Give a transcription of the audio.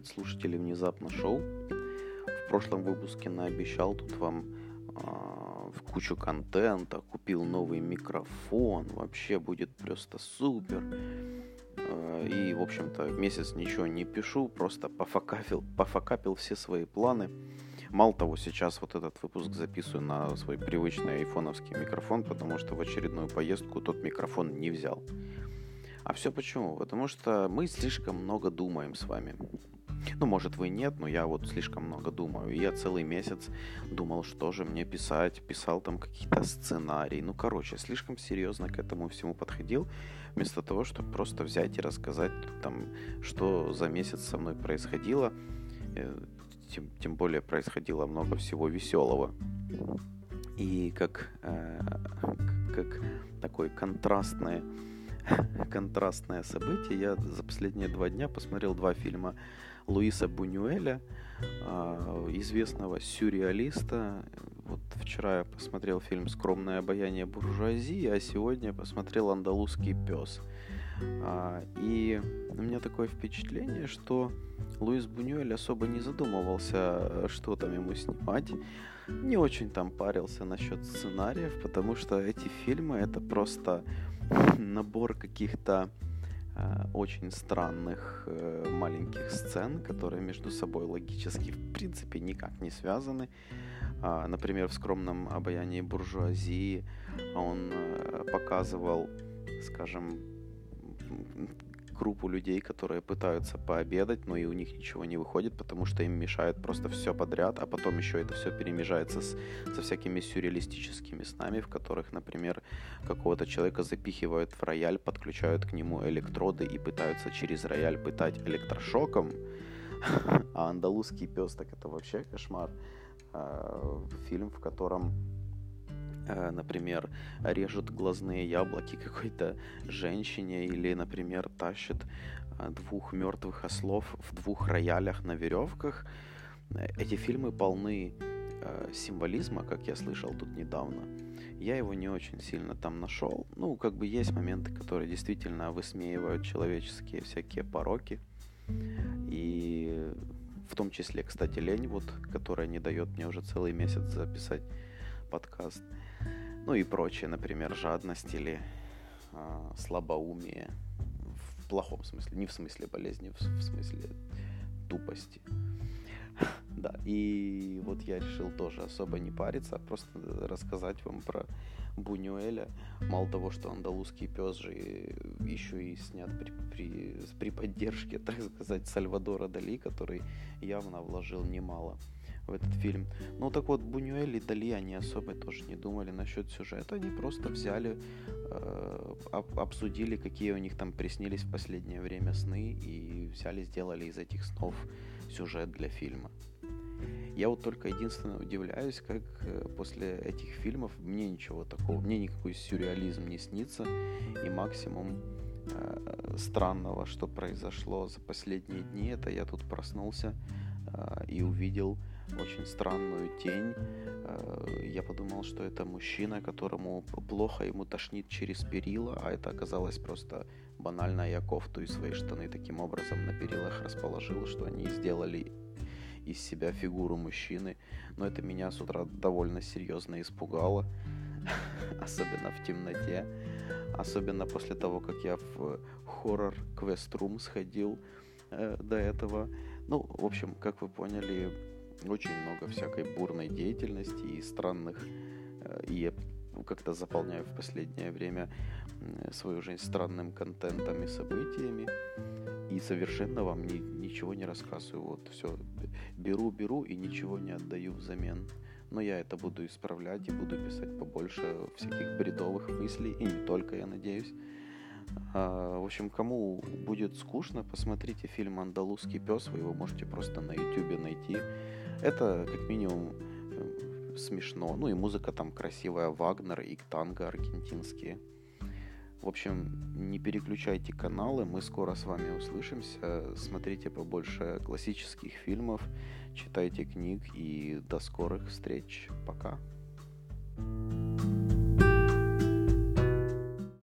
слушатели внезапно шоу. В прошлом выпуске наобещал тут вам в кучу контента, купил новый микрофон, вообще будет просто супер. И, в общем-то, месяц ничего не пишу, просто пофакапил все свои планы. Мало того, сейчас вот этот выпуск записываю на свой привычный айфоновский микрофон, потому что в очередную поездку тот микрофон не взял. А все почему? Потому что мы слишком много думаем с вами. Ну, может, вы нет, но я вот слишком много думаю. И я целый месяц думал, что же мне писать. Писал там какие-то сценарии. Ну, короче, слишком серьезно к этому всему подходил. Вместо того, чтобы просто взять и рассказать там, что за месяц со мной происходило. Тем более происходило много всего веселого. И как такое контрастное событие, я за последние 2 дня посмотрел 2 фильма Луиса Бунюэля, известного сюрреалиста. Вот вчера я посмотрел фильм «Скромное обаяние буржуазии», а сегодня посмотрел «Андалузский пес». И у меня такое впечатление, что Луис Бунюэль особо не задумывался, что там ему снимать. Не очень там парился насчет сценариев, потому что эти фильмы — это просто набор каких-то очень странных маленьких сцен, которые между собой логически в принципе никак не связаны. Например, в «Скромном обаянии буржуазии» он показывал, скажем, группу людей, которые пытаются пообедать, но и у них ничего не выходит, потому что им мешает просто все подряд, а потом еще это все перемежается со всякими сюрреалистическими снами, в которых, например, какого-то человека запихивают в рояль, подключают к нему электроды и пытаются через рояль пытать электрошоком. А «Андалузский пес» так это вообще кошмар. Фильм, в котором, например, режут глазные яблоки какой-то женщине или, например, тащат 2 мертвых ослов в 2 роялях на веревках. Эти фильмы полны символизма, как я слышал тут недавно. Я его не очень сильно там нашел. Ну, как бы есть моменты, которые действительно высмеивают человеческие всякие пороки. И в том числе, кстати, лень, вот, которая не дает мне уже целый месяц записать подкаст. Ну и прочее, например, жадность или слабоумие в плохом смысле, не в смысле болезни, в смысле тупости. Да, и вот я решил тоже особо не париться, а просто рассказать вам про Бунюэля. Мало того, что «Андалузский пес» же еще и снят при поддержке, так сказать, Сальвадора Дали, который явно вложил немало в этот фильм. Ну так вот, Бунюэль и Дали, они особо тоже не думали насчет сюжета, они просто взяли, обсудили, какие у них там приснились в последнее время сны, и взяли, сделали из этих снов сюжет для фильма. Я вот только единственное удивляюсь, как после этих фильмов мне ничего такого, мне никакой сюрреализм не снится, и максимум странного, что произошло за последние дни, это я тут проснулся и увидел очень странную тень. Я подумал, что это мужчина, которому плохо, ему тошнит через перила, а это оказалось просто банально я кофту и свои штаны таким образом на перилах расположил, что они сделали из себя фигуру мужчины. Но это меня с утра довольно серьезно испугало, особенно в темноте, особенно после того, как я в хоррор квест-рум сходил до этого. Ну, в общем, как вы поняли, очень много всякой бурной деятельности и странных, и я как-то заполняю в последнее время свою жизнь странным контентом и событиями, и совершенно вам ничего не рассказываю. Вот все, беру и ничего не отдаю взамен. Но я это буду исправлять и буду писать побольше всяких бредовых мыслей, и не только, я надеюсь. В общем, кому будет скучно, посмотрите фильм «Андалузский пес», вы его можете просто на ютубе найти. Это как минимум смешно, ну и музыка там красивая, Вагнер и танго аргентинские. В общем, не переключайте каналы, мы скоро с вами услышимся. Смотрите побольше классических фильмов, читайте книг и до скорых встреч. Пока.